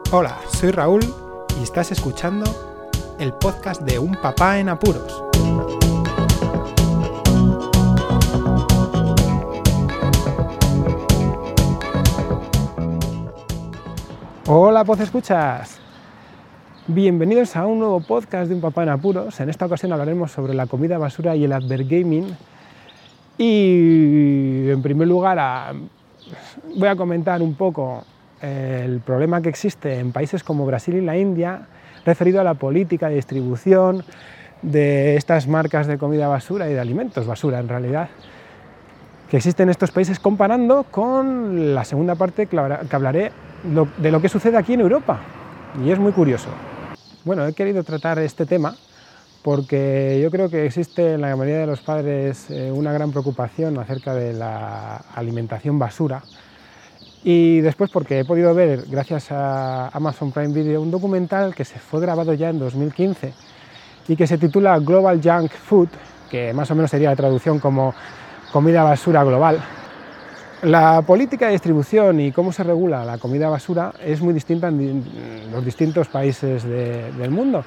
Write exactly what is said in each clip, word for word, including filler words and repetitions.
Hola, soy Raúl y estás escuchando el podcast de Un Papá en Apuros. Hola, Podcescuchas. Bienvenidos a un nuevo podcast de Un Papá en Apuros. En esta ocasión hablaremos sobre la comida basura y el advergaming. Y en primer lugar a, voy a comentar un poco el problema que existe en países como Brasil y la India referido a la política de distribución de estas marcas de comida basura y de alimentos basura en realidad que existen en estos países, comparando con la segunda parte que hablaré de lo que sucede aquí en Europa, y es muy curioso. Bueno, he querido tratar este tema porque yo creo que existe en la mayoría de los padres una gran preocupación acerca de la alimentación basura. Y después porque he podido ver, gracias a Amazon Prime Video, un documental que se fue grabado ya en dos mil quince y que se titula Global Junk Food, que más o menos sería la traducción como comida basura global. La política de distribución y cómo se regula la comida basura es muy distinta en los distintos países de, del mundo.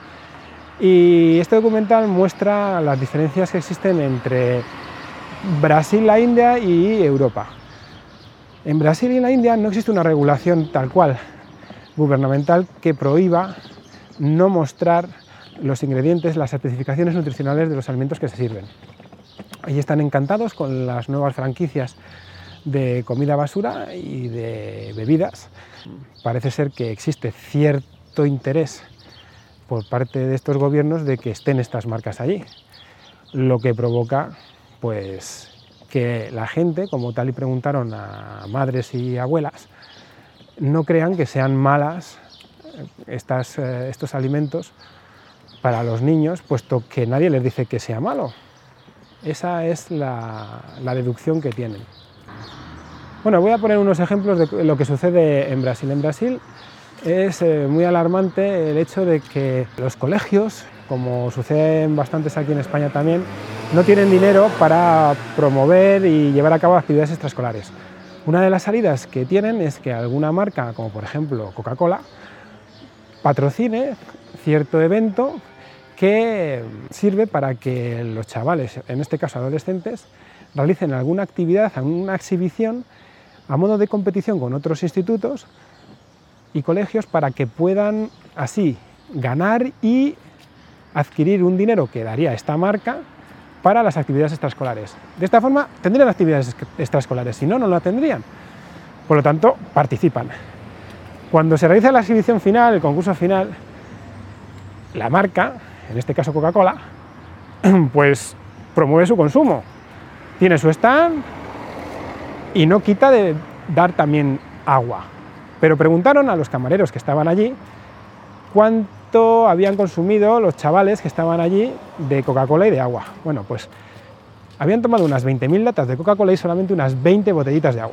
Y este documental muestra las diferencias que existen entre Brasil, la India y Europa. En Brasil y en la India no existe una regulación tal cual gubernamental que prohíba no mostrar los ingredientes, las especificaciones nutricionales de los alimentos que se sirven. Ahí están encantados con las nuevas franquicias de comida basura y de bebidas. Parece ser que existe cierto interés por parte de estos gobiernos de que estén estas marcas allí, lo que provoca pues que la gente, como tal y preguntaron a madres y abuelas, no crean que sean malas estas, eh, estos alimentos para los niños, puesto que nadie les dice que sea malo. Esa es la, la deducción que tienen. Bueno, voy a poner unos ejemplos de lo que sucede en Brasil. En Brasil es eh, muy alarmante el hecho de que los colegios, como sucede en bastantes aquí en España también, no tienen dinero para promover y llevar a cabo actividades extraescolares. Una de las salidas que tienen es que alguna marca, como por ejemplo Coca-Cola, patrocine cierto evento que sirve para que los chavales, en este caso adolescentes, realicen alguna actividad, alguna exhibición a modo de competición con otros institutos y colegios para que puedan así ganar y adquirir un dinero que daría esta marca para las actividades extraescolares. De esta forma tendrían actividades extraescolares, si no, no la tendrían. Por lo tanto, participan. Cuando se realiza la exhibición final, el concurso final, la marca, en este caso Coca-Cola, pues promueve su consumo. Tiene su stand y no quita de dar también agua. Pero preguntaron a los camareros que estaban allí cuánto habían consumido los chavales que estaban allí de Coca-Cola y de agua. Bueno, pues habían tomado unas veinte mil latas de Coca-Cola y solamente unas veinte botellitas de agua.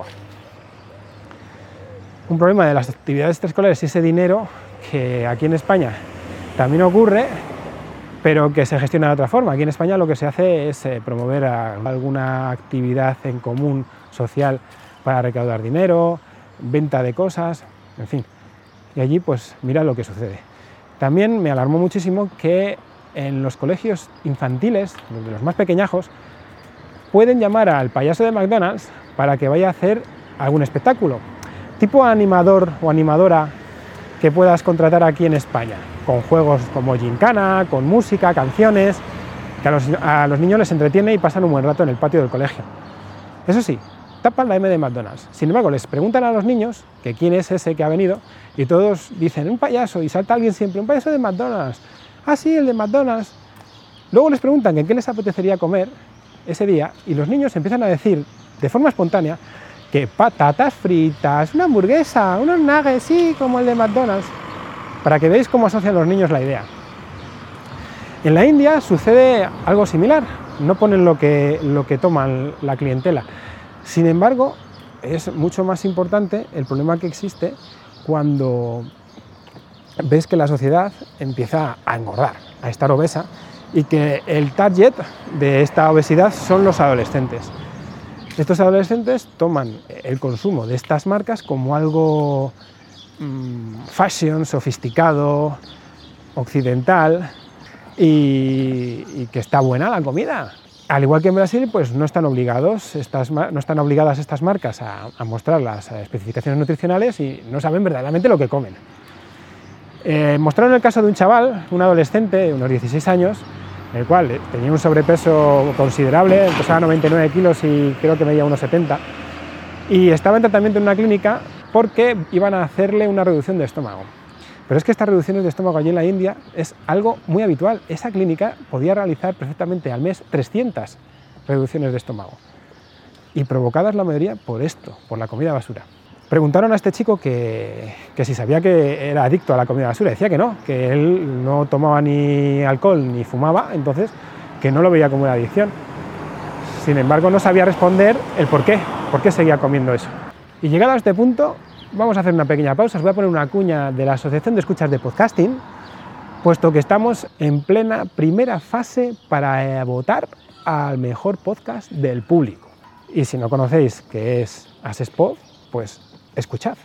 Un problema de las actividades extraescolares y ese dinero que aquí en España también ocurre, pero que se gestiona de otra forma. Aquí en España lo que se hace es eh, promover alguna actividad en común social para recaudar dinero, venta de cosas, en fin. Y allí pues mira lo que sucede. También me alarmó muchísimo que en los colegios infantiles, de los más pequeñajos, pueden llamar al payaso de McDonald's para que vaya a hacer algún espectáculo, tipo animador o animadora que puedas contratar aquí en España, con juegos como gincana, con música, canciones, que a los, a los niños les entretiene y pasan un buen rato en el patio del colegio. Eso sí, tapan la M de McDonald's. Sin embargo, les preguntan a los niños que quién es ese que ha venido y todos dicen un payaso, y salta alguien siempre, un payaso de McDonald's. Ah, sí, el de McDonald's. Luego les preguntan que qué les apetecería comer ese día y los niños empiezan a decir de forma espontánea que patatas fritas, una hamburguesa, unos nuggets, sí, como el de McDonald's, para que veáis cómo asocian los niños la idea. En la India sucede algo similar, no ponen lo que, lo que toman la clientela. Sin embargo, es mucho más importante el problema que existe cuando ves que la sociedad empieza a engordar, a estar obesa, y que el target de esta obesidad son los adolescentes. Estos adolescentes toman el consumo de estas marcas como algo mmm, fashion, sofisticado, occidental y, y que está buena la comida. Al igual que en Brasil, pues no están obligados estas, no están obligadas estas marcas a, a mostrar las especificaciones nutricionales y no saben verdaderamente lo que comen. Eh, mostraron el caso de un chaval, un adolescente de unos dieciséis años, el cual tenía un sobrepeso considerable, pesaba noventa y nueve kilos y creo que medía unos setenta, y estaba en tratamiento en una clínica porque iban a hacerle una reducción de estómago. Pero es que estas reducciones de estómago allí en la India es algo muy habitual. Esa clínica podía realizar perfectamente al mes trescientas reducciones de estómago, y provocadas la mayoría por esto, por la comida basura. Preguntaron a este chico que, que si sabía que era adicto a la comida basura. Decía que no, que él no tomaba ni alcohol ni fumaba, entonces que no lo veía como una adicción. Sin embargo, no sabía responder el por qué, por qué seguía comiendo eso. Y llegado a este punto, vamos a hacer una pequeña pausa. Os voy a poner una cuña de la Asociación de Escuchas de Podcasting, puesto que estamos en plena primera fase para votar al mejor podcast del público. Y si no conocéis qué es AsesPod, pues escuchad.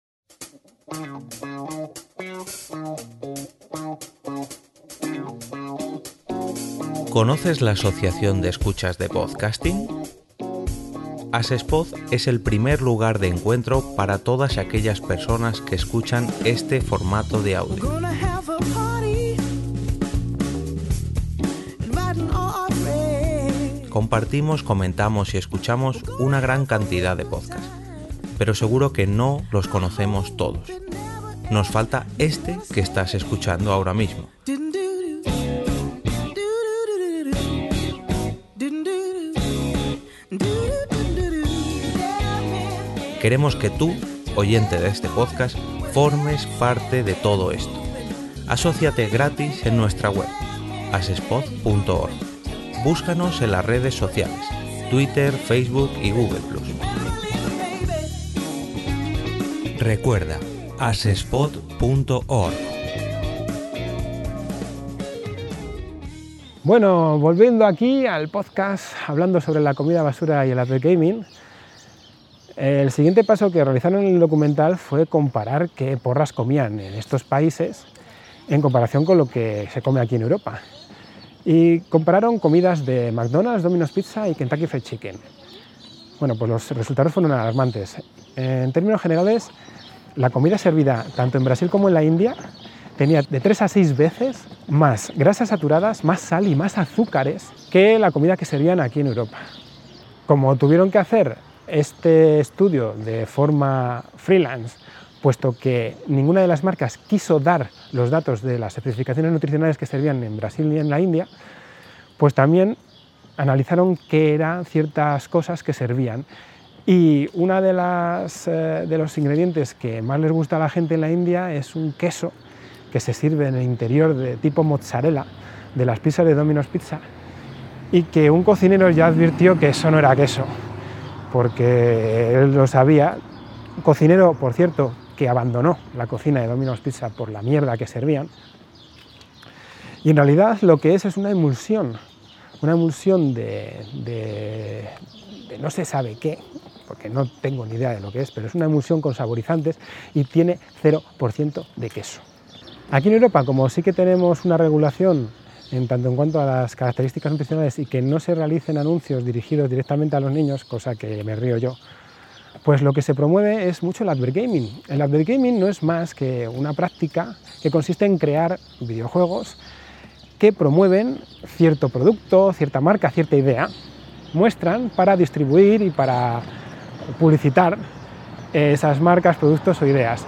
¿Conoces la Asociación de Escuchas de Podcasting? AsesPod es el primer lugar de encuentro para todas aquellas personas que escuchan este formato de audio. Compartimos, comentamos y escuchamos una gran cantidad de podcasts, pero seguro que no los conocemos todos. Nos falta este que estás escuchando ahora mismo. Queremos que tú, oyente de este podcast, formes parte de todo esto. Asóciate gratis en nuestra web, asespod punto org. Búscanos en las redes sociales, Twitter, Facebook y Google plus. Recuerda, asespod punto org. Bueno, volviendo aquí al podcast, hablando sobre la comida basura y el advert gaming, el siguiente paso que realizaron en el documental fue comparar qué porras comían en estos países en comparación con lo que se come aquí en Europa. Y compararon comidas de McDonald's, Domino's Pizza y Kentucky Fried Chicken. Bueno, pues los resultados fueron alarmantes. En términos generales, la comida servida tanto en Brasil como en la India tenía de tres a seis veces más grasas saturadas, más sal y más azúcares que la comida que servían aquí en Europa. Como tuvieron que hacer este estudio de forma freelance, puesto que ninguna de las marcas quiso dar los datos de las especificaciones nutricionales que servían en Brasil y en la India, pues también analizaron qué eran ciertas cosas que servían. Y uno de, las, eh, de los ingredientes que más les gusta a la gente en la India es un queso que se sirve en el interior de tipo mozzarella de las pizzas de Domino's Pizza, y que un cocinero ya advirtió que eso no era queso, porque él lo sabía. Un cocinero, por cierto, que abandonó la cocina de Domino's Pizza por la mierda que servían. Y en realidad lo que es es una emulsión, una emulsión de, de, de no se sabe qué, porque no tengo ni idea de lo que es, pero es una emulsión con saborizantes y tiene cero por ciento de queso. Aquí en Europa, como sí que tenemos una regulación en tanto en cuanto a las características nutricionales y que no se realicen anuncios dirigidos directamente a los niños, cosa que me río yo, pues lo que se promueve es mucho el advert gaming. El advert gaming no es más que una práctica que consiste en crear videojuegos que promueven cierto producto, cierta marca, cierta idea, muestran para distribuir y para publicitar esas marcas, productos o ideas.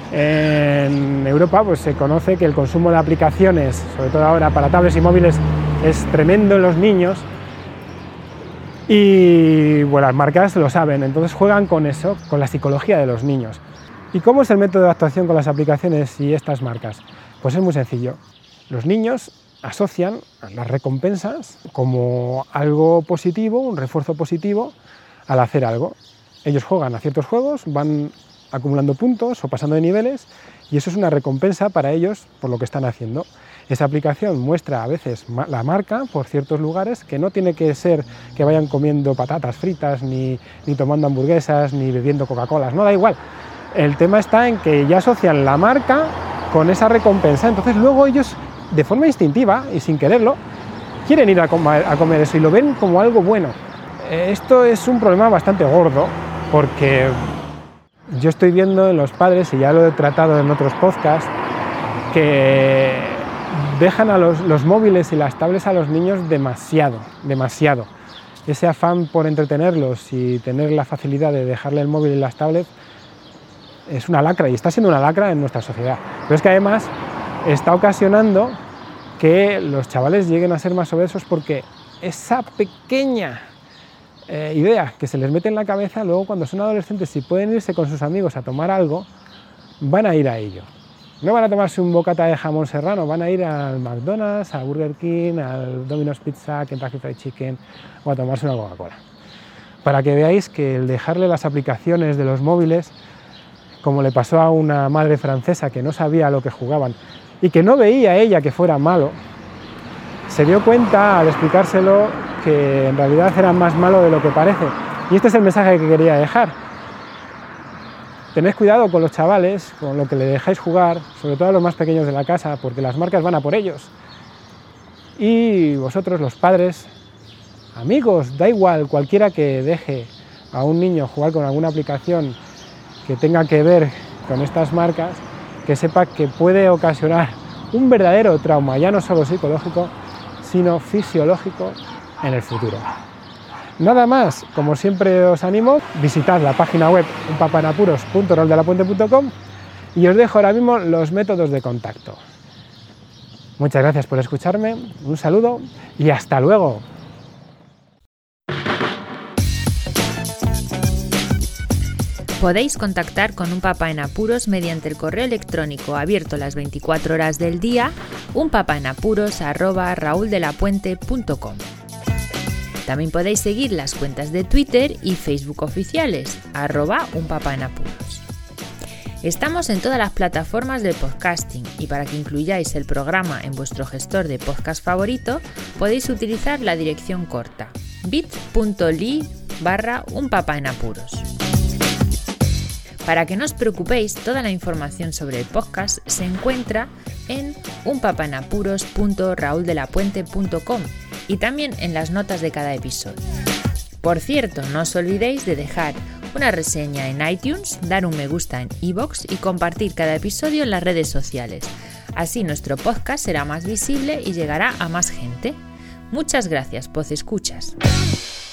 En Europa pues, se conoce que el consumo de aplicaciones, sobre todo ahora para tablets y móviles, es tremendo en los niños. Y bueno, las marcas lo saben, entonces juegan con eso, con la psicología de los niños. ¿Y cómo es el método de actuación con las aplicaciones y estas marcas? Pues es muy sencillo. Los niños asocian a las recompensas como algo positivo, un refuerzo positivo al hacer algo. Ellos juegan a ciertos juegos, van acumulando puntos o pasando de niveles, y eso es una recompensa para ellos por lo que están haciendo. Esa aplicación muestra a veces la marca por ciertos lugares, que no tiene que ser que vayan comiendo patatas fritas, ni, ni tomando hamburguesas, ni bebiendo Coca-Colas, no, da igual. El tema está en que ya asocian la marca con esa recompensa, entonces luego ellos, de forma instintiva y sin quererlo, quieren ir a comer, a comer eso y lo ven como algo bueno. Esto es un problema bastante gordo, porque yo estoy viendo en los padres, y ya lo he tratado en otros podcasts, que dejan a los, los móviles y las tablets a los niños demasiado, demasiado. Ese afán por entretenerlos y tener la facilidad de dejarle el móvil y las tablets es una lacra, y está siendo una lacra en nuestra sociedad. Pero es que además está ocasionando que los chavales lleguen a ser más obesos, porque esa pequeña eh, idea que se les mete en la cabeza, luego cuando son adolescentes, si pueden irse con sus amigos a tomar algo, van a ir a ello. No van a tomarse un bocata de jamón serrano, van a ir al McDonald's, a Burger King, al Domino's Pizza, Kentucky Fried Chicken, o a tomarse una Coca-Cola. Para que veáis que el dejarle las aplicaciones de los móviles, como le pasó a una madre francesa que no sabía a lo que jugaban y que no veía ella que fuera malo, se dio cuenta al explicárselo que en realidad era más malo de lo que parece. Y este es el mensaje que quería dejar. Tened cuidado con los chavales, con lo que le dejáis jugar, sobre todo a los más pequeños de la casa, porque las marcas van a por ellos. Y vosotros, los padres, amigos, da igual, cualquiera que deje a un niño jugar con alguna aplicación que tenga que ver con estas marcas, que sepa que puede ocasionar un verdadero trauma, ya no solo psicológico, sino fisiológico en el futuro. Nada más, como siempre os animo, visitad la página web un papá en apuros punto rol de la puente punto com y os dejo ahora mismo los métodos de contacto. Muchas gracias por escucharme, un saludo y hasta luego. Podéis contactar con Un Papá en Apuros mediante el correo electrónico abierto las veinticuatro horas del día, unpapaenapuros arroba rauldelapuente punto com. También podéis seguir las cuentas de Twitter y Facebook oficiales, arroba unpapaenapuros. Estamos en todas las plataformas de podcasting, y para que incluyáis el programa en vuestro gestor de podcast favorito, podéis utilizar la dirección corta bit.ly barra unpapaenapuros. Para que no os preocupéis, toda la información sobre el podcast se encuentra en unpapaenapuros punto rauldelapuente punto com y también en las notas de cada episodio. Por cierto, no os olvidéis de dejar una reseña en iTunes, dar un me gusta en iVoox y compartir cada episodio en las redes sociales. Así nuestro podcast será más visible y llegará a más gente. Muchas gracias, podcescuchas.